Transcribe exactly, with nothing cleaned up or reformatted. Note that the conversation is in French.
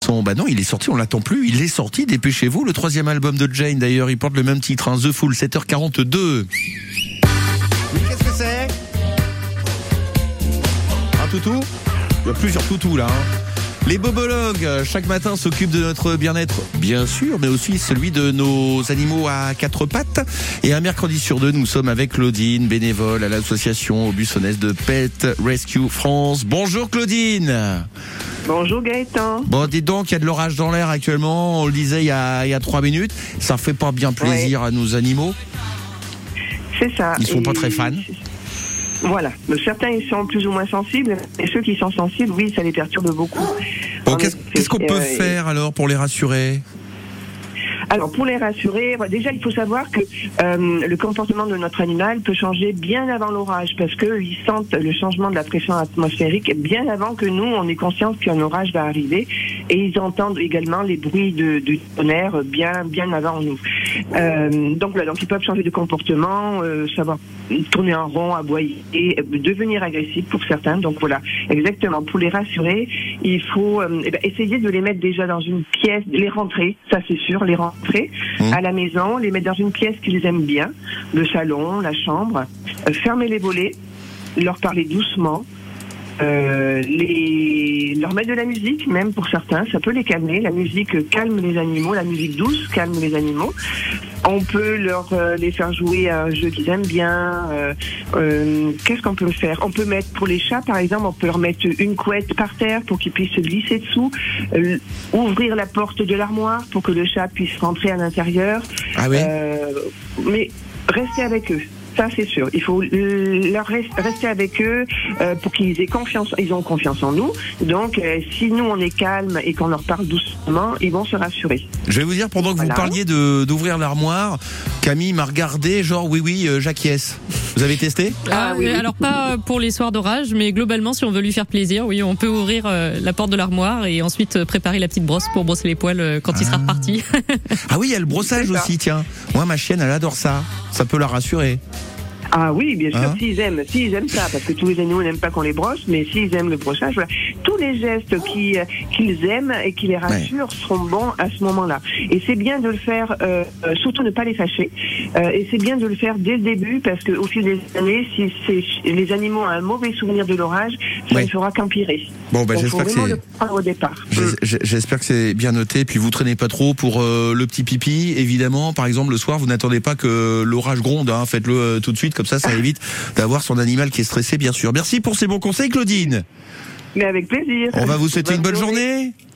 son. Bah non, il est sorti, on l'attend plus. Il est sorti, dépêchez-vous. Le troisième album de Jane, d'ailleurs, il porte le même titre, hein, The Fool, sept heures quarante-deux. Oui, qu'est-ce que c'est ? Un toutou ? Il y a plusieurs toutous là. Hein. Les bobologues, chaque matin, s'occupent de notre bien-être, bien sûr, mais aussi celui de nos animaux à quatre pattes. Et un mercredi sur deux, nous sommes avec Claudine, bénévole à l'association Aubusonnaise de Pet Rescue France. Bonjour Claudine. Bonjour Gaëtan. Bon, dites donc, il y a de l'orage dans l'air actuellement, on le disait il y a, il y a trois minutes. Ça fait pas bien plaisir ouais. à nos animaux. C'est ça. Ils sont Et... pas très fans. Voilà. Certains, ils sont plus ou moins sensibles, et ceux qui sont sensibles, oui, ça les perturbe beaucoup. Bon, qu'est-ce, qu'est-ce qu'on peut euh, faire alors pour les rassurer ? Alors, pour les rassurer, déjà, il faut savoir que euh, le comportement de notre animal peut changer bien avant l'orage, parce qu'ils sentent le changement de la pression atmosphérique bien avant que nous, on ait conscience qu'un orage va arriver, et ils entendent également les bruits de, de tonnerre bien, bien avant nous. Euh, donc voilà, donc ils peuvent changer de comportement, euh, savoir tourner en rond, aboyer, devenir agressifs pour certains. Donc voilà, exactement. Pour les rassurer, il faut euh, eh ben, essayer de les mettre déjà dans une pièce, les rentrer, ça c'est sûr, les rentrer mmh. à la maison, les mettre dans une pièce qu'ils aiment bien, le salon, la chambre, euh, fermer les volets, leur parler doucement. Euh, les... leur mettre de la musique, même pour certains, ça peut les calmer. La musique calme les animaux, la musique douce calme les animaux. On peut leur euh, les faire jouer à un jeu qu'ils aiment bien. Euh, euh, qu'est-ce qu'on peut faire ? On peut mettre pour les chats, par exemple, on peut leur mettre une couette par terre pour qu'ils puissent se glisser dessous. Euh, ouvrir la porte de l'armoire pour que le chat puisse rentrer à l'intérieur. Ah oui. Euh, mais rester avec eux. Ça, c'est sûr. Il faut leur rester avec eux euh, pour qu'ils aient confiance. Ils ont confiance en nous. Donc, euh, si nous, on est calme et qu'on leur parle doucement, ils vont se rassurer. Je vais vous dire, pendant que voilà. vous parliez de, d'ouvrir l'armoire, Camille m'a regardé, genre, oui, oui, euh, j'acquiesce. Vous avez testé ? Ah, oui, oui. Alors, pas pour les soirs d'orage, mais globalement, si on veut lui faire plaisir, oui, on peut ouvrir euh, la porte de l'armoire et ensuite euh, préparer la petite brosse pour brosser les poils euh, quand ah. il sera reparti. Ah oui, il y a le brossage aussi, tiens. Moi, ma chienne, elle adore ça. Ça peut la rassurer. Ah oui, bien sûr, hein s'ils aiment, s'ils aiment ça, parce que tous les animaux n'aiment pas qu'on les brosse, mais s'ils aiment le brossage, voilà. Tous les gestes qui, euh, qu'ils aiment et qui les rassurent ouais. seront bons à ce moment-là. Et c'est bien de le faire, euh, euh, surtout ne pas les fâcher, euh, et c'est bien de le faire dès le début, parce qu'au fil des années, si c'est, les animaux ont un mauvais souvenir de l'orage, ça ouais. ne fera qu'empirer. Bon, bah, donc, j'espère faut vraiment que c'est... le prendre au départ. J'espère que c'est bien noté, puis vous traînez pas trop pour euh, le petit pipi, évidemment. Par exemple, le soir, vous n'attendez pas que l'orage gronde, hein. Faites-le euh, tout de suite, comme ça, ça évite d'avoir son animal qui est stressé, bien sûr. Merci pour ces bons conseils, Claudine. Mais avec plaisir. On va vous souhaiter bonne une bonne journée. journée.